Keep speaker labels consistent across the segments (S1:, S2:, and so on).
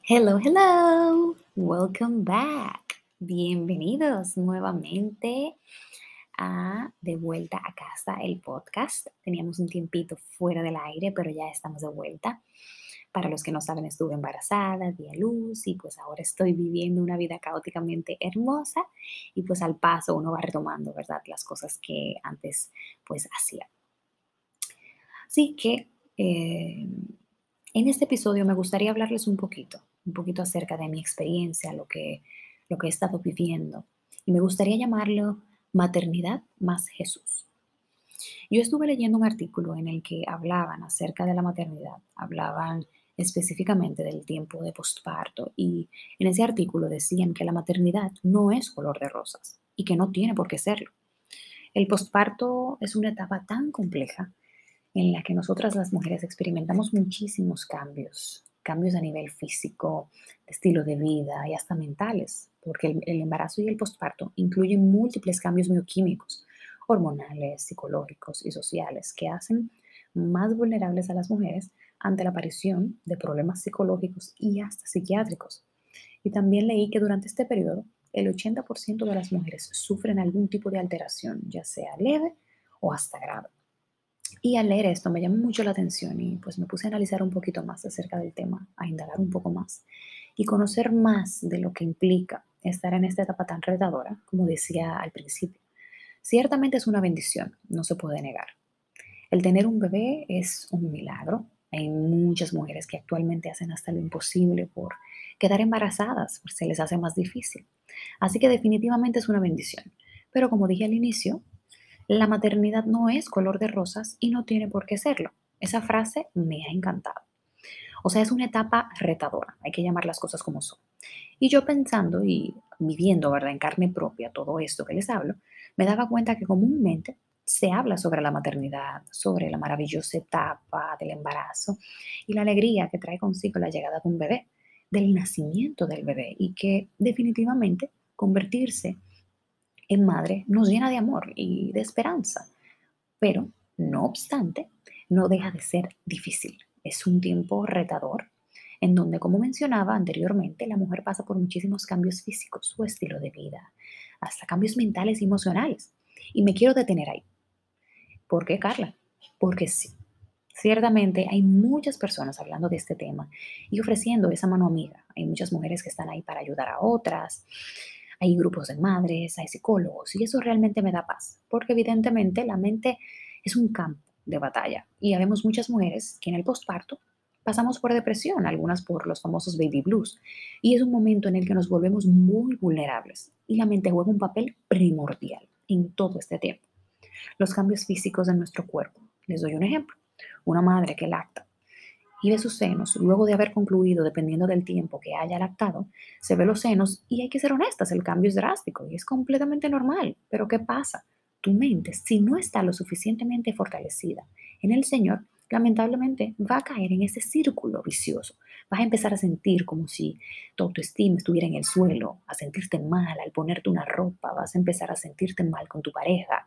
S1: Hello, hello. Welcome back. Bienvenidos nuevamente a De vuelta a casa, el podcast. Teníamos un tiempito fuera del aire, pero ya estamos de vuelta. Para los que no saben, estuve embarazada, di a luz y pues ahora estoy viviendo una vida caóticamente hermosa y pues al paso uno va retomando, ¿verdad? Las cosas que antes pues hacía. Así que en este episodio me gustaría hablarles un poquito acerca de mi experiencia, lo que he estado viviendo. Y me gustaría llamarlo Maternidad más Jesús. Yo estuve leyendo un artículo en el que hablaban acerca de la maternidad, hablaban específicamente del tiempo de posparto y en ese artículo decían que la maternidad no es color de rosas y que no tiene por qué serlo. El posparto es una etapa tan compleja en la que nosotras las mujeres experimentamos muchísimos cambios, cambios a nivel físico, de estilo de vida y hasta mentales, porque el embarazo y el posparto incluyen múltiples cambios bioquímicos, hormonales, psicológicos y sociales que hacen más vulnerables a las mujeres ante la aparición de problemas psicológicos y hasta psiquiátricos. Y también leí que durante este periodo el 80% de las mujeres sufren algún tipo de alteración, ya sea leve o hasta grave. Y al leer esto me llamó mucho la atención y pues me puse a analizar un poquito más acerca del tema, a indagar un poco más y conocer más de lo que implica estar en esta etapa tan retadora, como decía al principio. Ciertamente es una bendición, no se puede negar. El tener un bebé es un milagro. Hay muchas mujeres que actualmente hacen hasta lo imposible por quedar embarazadas, pues se les hace más difícil. Así que definitivamente es una bendición. Pero como dije al inicio, la maternidad no es color de rosas y no tiene por qué serlo. Esa frase me ha encantado. O sea, es una etapa retadora, hay que llamar las cosas como son. Y yo pensando y viviendo, ¿verdad?, en carne propia todo esto que les hablo, me daba cuenta que comúnmente se habla sobre la maternidad, sobre la maravillosa etapa del embarazo y la alegría que trae consigo la llegada de un bebé, del nacimiento del bebé y que definitivamente convertirse en madre nos llena de amor y de esperanza. Pero, no obstante, no deja de ser difícil. Es un tiempo retador en donde, como mencionaba anteriormente, la mujer pasa por muchísimos cambios físicos, su estilo de vida, hasta cambios mentales y emocionales. Y me quiero detener ahí. ¿Por qué, Carla? Porque sí. Ciertamente hay muchas personas hablando de este tema y ofreciendo esa mano amiga. Hay muchas mujeres que están ahí para ayudar a otras. Hay grupos de madres, hay psicólogos y eso realmente me da paz, porque evidentemente la mente es un campo de batalla y habemos muchas mujeres que en el posparto pasamos por depresión, algunas por los famosos baby blues, y es un momento en el que nos volvemos muy vulnerables y la mente juega un papel primordial en todo este tiempo. Los cambios físicos en nuestro cuerpo. Les doy un ejemplo. Una madre que lacta y ve sus senos, luego de haber concluido, dependiendo del tiempo que haya lactado, se ve los senos y hay que ser honestas, el cambio es drástico y es completamente normal. Pero ¿qué pasa? Tu mente, si no está lo suficientemente fortalecida en el Señor, lamentablemente va a caer en ese círculo vicioso. Vas a empezar a sentir como si tu autoestima estuviera en el suelo, a sentirte mal al ponerte una ropa, vas a empezar a sentirte mal con tu pareja.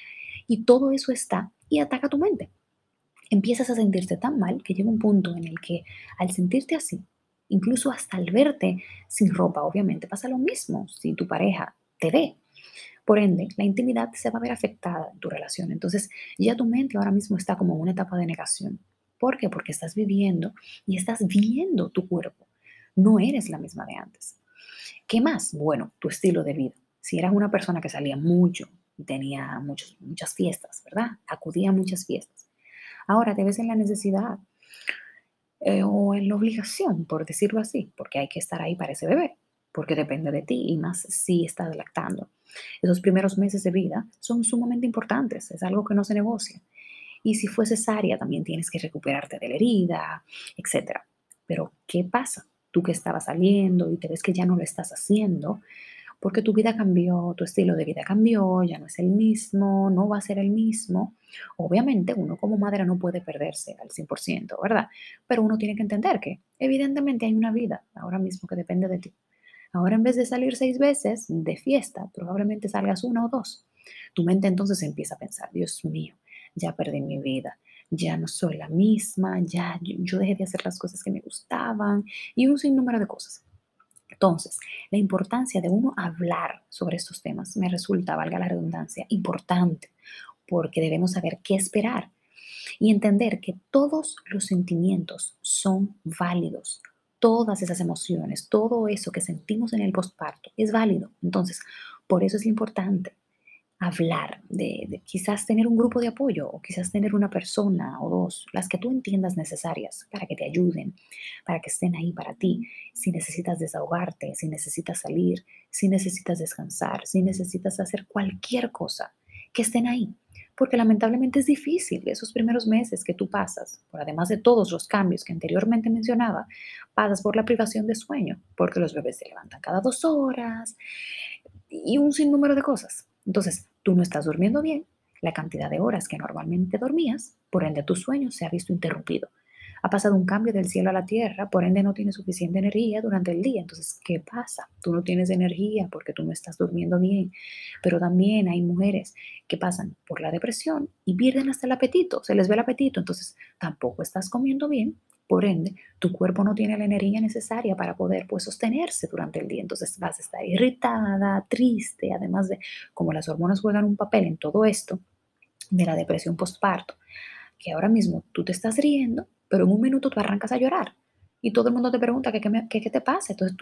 S1: Y todo eso está y ataca tu mente. Empiezas a sentirte tan mal que llega un punto en el que al sentirte así, incluso hasta al verte sin ropa, obviamente pasa lo mismo si tu pareja te ve. Por ende, la intimidad se va a ver afectada en tu relación. Entonces, ya tu mente ahora mismo está como en una etapa de negación. ¿Por qué? Porque estás viviendo y estás viendo tu cuerpo. No eres la misma de antes. ¿Qué más? Bueno, tu estilo de vida. Si eras una persona que salía mucho y tenía muchas fiestas, ¿verdad? Acudía a muchas fiestas. Ahora te ves en la necesidad o en la obligación, por decirlo así, porque hay que estar ahí para ese bebé, porque depende de ti y más si estás lactando. Esos primeros meses de vida son sumamente importantes, es algo que no se negocia. Y si fue cesárea, también tienes que recuperarte de la herida, etcétera. Pero, ¿qué pasa? Tú que estabas saliendo y te ves que ya no lo estás haciendo, porque tu vida cambió, tu estilo de vida cambió, ya no es el mismo, no va a ser el mismo. Obviamente, uno como madre no puede perderse al 100%, ¿verdad? Pero uno tiene que entender que evidentemente hay una vida ahora mismo que depende de ti. Ahora en vez de salir 6 veces de fiesta, probablemente salgas una o dos. Tu mente entonces empieza a pensar, Dios mío, ya perdí mi vida. ya no soy la misma, ya yo dejé de hacer las cosas que me gustaban y un sinnúmero de cosas. Entonces, la importancia de uno hablar sobre estos temas me resulta, valga la redundancia, importante, porque debemos saber qué esperar y entender que todos los sentimientos son válidos. Todas esas emociones, todo eso que sentimos en el postparto es válido. Entonces, por eso es importante hablar, de quizás tener un grupo de apoyo o quizás tener una persona o dos, las que tú entiendas necesarias para que te ayuden, para que estén ahí para ti. Si necesitas desahogarte, si necesitas salir, si necesitas descansar, si necesitas hacer cualquier cosa, que estén ahí. Porque lamentablemente es difícil esos primeros meses que tú pasas, por además de todos los cambios que anteriormente mencionaba, pasas por la privación de sueño, porque los bebés se levantan cada 2 horas, y un sinnúmero de cosas. Entonces, tú no estás durmiendo bien, la cantidad de horas que normalmente dormías, por ende tu sueño se ha visto interrumpido. Ha pasado un cambio del cielo a la tierra, por ende no tienes suficiente energía durante el día. Entonces, ¿qué pasa? Tú no tienes energía porque tú no estás durmiendo bien. Pero también hay mujeres que pasan por la depresión y pierden hasta el apetito, se les ve el apetito. Entonces, tampoco estás comiendo bien, por ende, tu cuerpo no tiene la energía necesaria para poder pues sostenerse durante el día. Entonces vas a estar irritada, triste, además de como las hormonas juegan un papel en todo esto de la depresión postparto, que ahora mismo tú te estás riendo, pero en un minuto tú arrancas a llorar y todo el mundo te pregunta qué te pasa. Entonces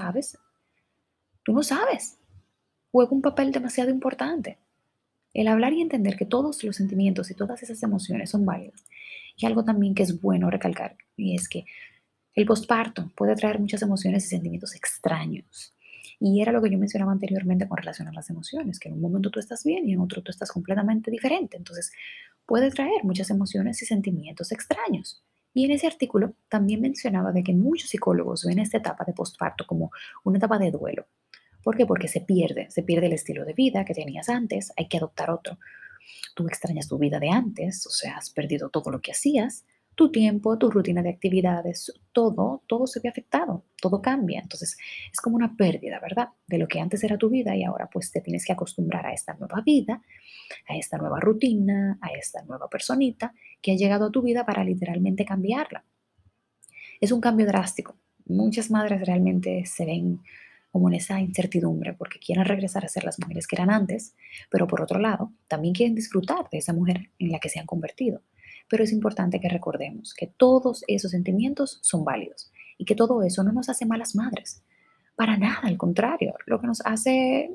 S1: tú no sabes. Juega un papel demasiado importante. El hablar y entender que todos los sentimientos y todas esas emociones son válidas. Y algo también que es bueno recalcar, y es que el posparto puede traer muchas emociones y sentimientos extraños. Y era lo que yo mencionaba anteriormente con relación a las emociones, que en un momento tú estás bien y en otro tú estás completamente diferente. Entonces, puede traer muchas emociones y sentimientos extraños. Y en ese artículo también mencionaba de que muchos psicólogos ven esta etapa de posparto como una etapa de duelo. ¿Por qué? Porque se pierde el estilo de vida que tenías antes, hay que adoptar otro. Tú extrañas tu vida de antes, o sea, has perdido todo lo que hacías, tu tiempo, tu rutina de actividades, todo se ve afectado, todo cambia. Entonces, es como una pérdida, ¿verdad? De lo que antes era tu vida y ahora pues te tienes que acostumbrar a esta nueva vida, a esta nueva rutina, a esta nueva personita que ha llegado a tu vida para literalmente cambiarla. Es un cambio drástico. Muchas madres realmente se ven como en esa incertidumbre porque quieren regresar a ser las mujeres que eran antes, pero por otro lado, también quieren disfrutar de esa mujer en la que se han convertido. Pero es importante que recordemos que todos esos sentimientos son válidos y que todo eso no nos hace malas madres. Para nada, al contrario, lo que nos hace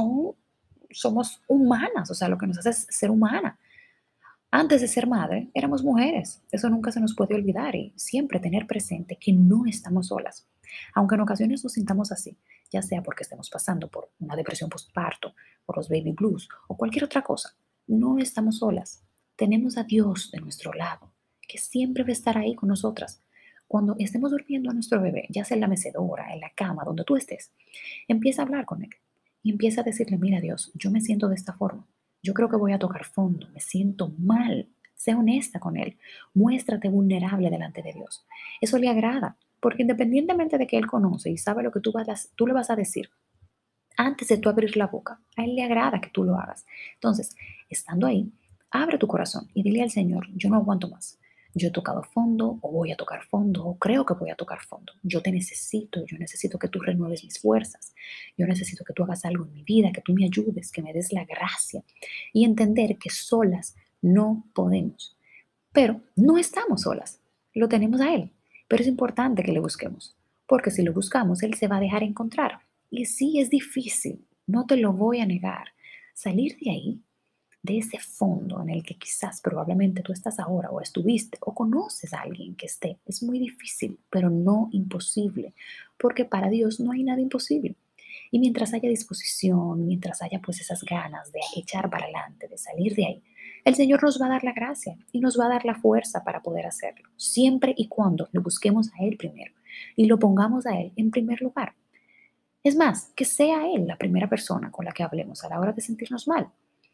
S1: somos humanas, o sea, lo que nos hace es ser humana. Antes de ser madre, éramos mujeres. Eso nunca se nos puede olvidar y siempre tener presente que no estamos solas. Aunque en ocasiones nos sintamos así, ya sea porque estemos pasando por una depresión postparto, por los baby blues o cualquier otra cosa, no estamos solas. Tenemos a Dios de nuestro lado, que siempre va a estar ahí con nosotras. Cuando estemos durmiendo a nuestro bebé, ya sea en la mecedora, en la cama, donde tú estés, empieza a hablar con él y empieza a decirle, mira Dios, yo me siento de esta forma. Yo creo que voy a tocar fondo, me siento mal. Sé honesta con Él, muéstrate vulnerable delante de Dios. Eso le agrada, porque independientemente de que Él conoce y sabe lo que tú le vas a decir, antes de tú abrir la boca, a Él le agrada que tú lo hagas. Entonces, estando ahí, abre tu corazón y dile al Señor, yo no aguanto más. Yo he tocado fondo o voy a tocar fondo o creo que voy a tocar fondo. Yo te necesito, yo necesito que tú renueves mis fuerzas. Yo necesito que tú hagas algo en mi vida, que tú me ayudes, que me des la gracia y entender que solas no podemos. Pero no estamos solas, lo tenemos a Él. Pero es importante que le busquemos, porque si lo buscamos, Él se va a dejar encontrar. Y sí, es difícil, no te lo voy a negar. Salir de ahí, de ese fondo en el que quizás probablemente tú estás ahora o estuviste o conoces a alguien que esté, es muy difícil, pero no imposible, porque para Dios no hay nada imposible. Y mientras haya disposición, mientras haya pues esas ganas de echar para adelante, de salir de ahí, el Señor nos va a dar la gracia y nos va a dar la fuerza para poder hacerlo, siempre y cuando lo busquemos a Él primero y lo pongamos a Él en primer lugar. Es más, que sea Él la primera persona con la que hablemos a la hora de sentirnos mal.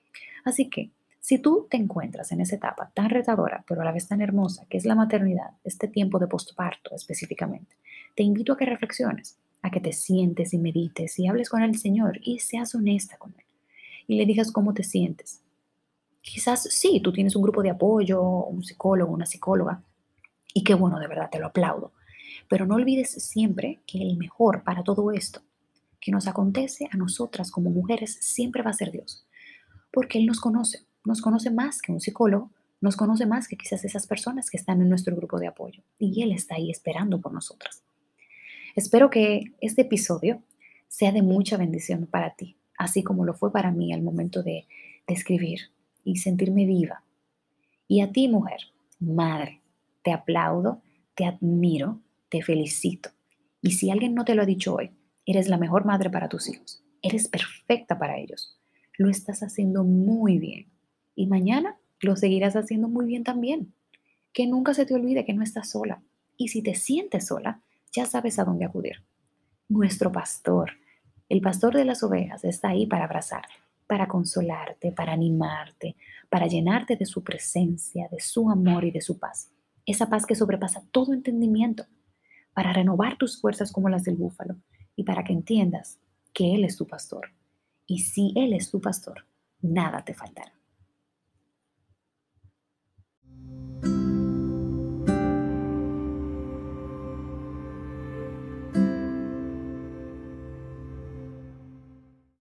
S1: Así que, si tú te encuentras en esa etapa tan retadora, pero a la vez tan hermosa, que es la maternidad, este tiempo de postparto específicamente, te invito a que reflexiones, a que te sientes y medites y hables con el Señor y seas honesta con Él. Y le digas cómo te sientes. Quizás sí, tú tienes un grupo de apoyo, un psicólogo, una psicóloga, y qué bueno, de verdad, te lo aplaudo. Pero no olvides siempre que el mejor para todo esto que nos acontece a nosotras como mujeres siempre va a ser Dios, porque Él nos conoce más que un psicólogo, nos conoce más que quizás esas personas que están en nuestro grupo de apoyo, y Él está ahí esperando por nosotras. Espero que este episodio sea de mucha bendición para ti, así como lo fue para mí al momento de escribir y sentirme viva. Y a ti, mujer, madre, te aplaudo, te admiro, te felicito. Y si alguien no te lo ha dicho hoy, eres la mejor madre para tus hijos. Eres perfecta para ellos. Lo estás haciendo muy bien. Y mañana lo seguirás haciendo muy bien también. Que nunca se te olvide que no estás sola. Y si te sientes sola, ya sabes a dónde acudir. Nuestro pastor, el pastor de las ovejas, está ahí para abrazarte, para consolarte, para animarte, para llenarte de su presencia, de su amor y de su paz. Esa paz que sobrepasa todo entendimiento, para renovar tus fuerzas como las del búfalo y para que entiendas que Él es tu pastor. Y si Él es tu pastor, nada te faltará.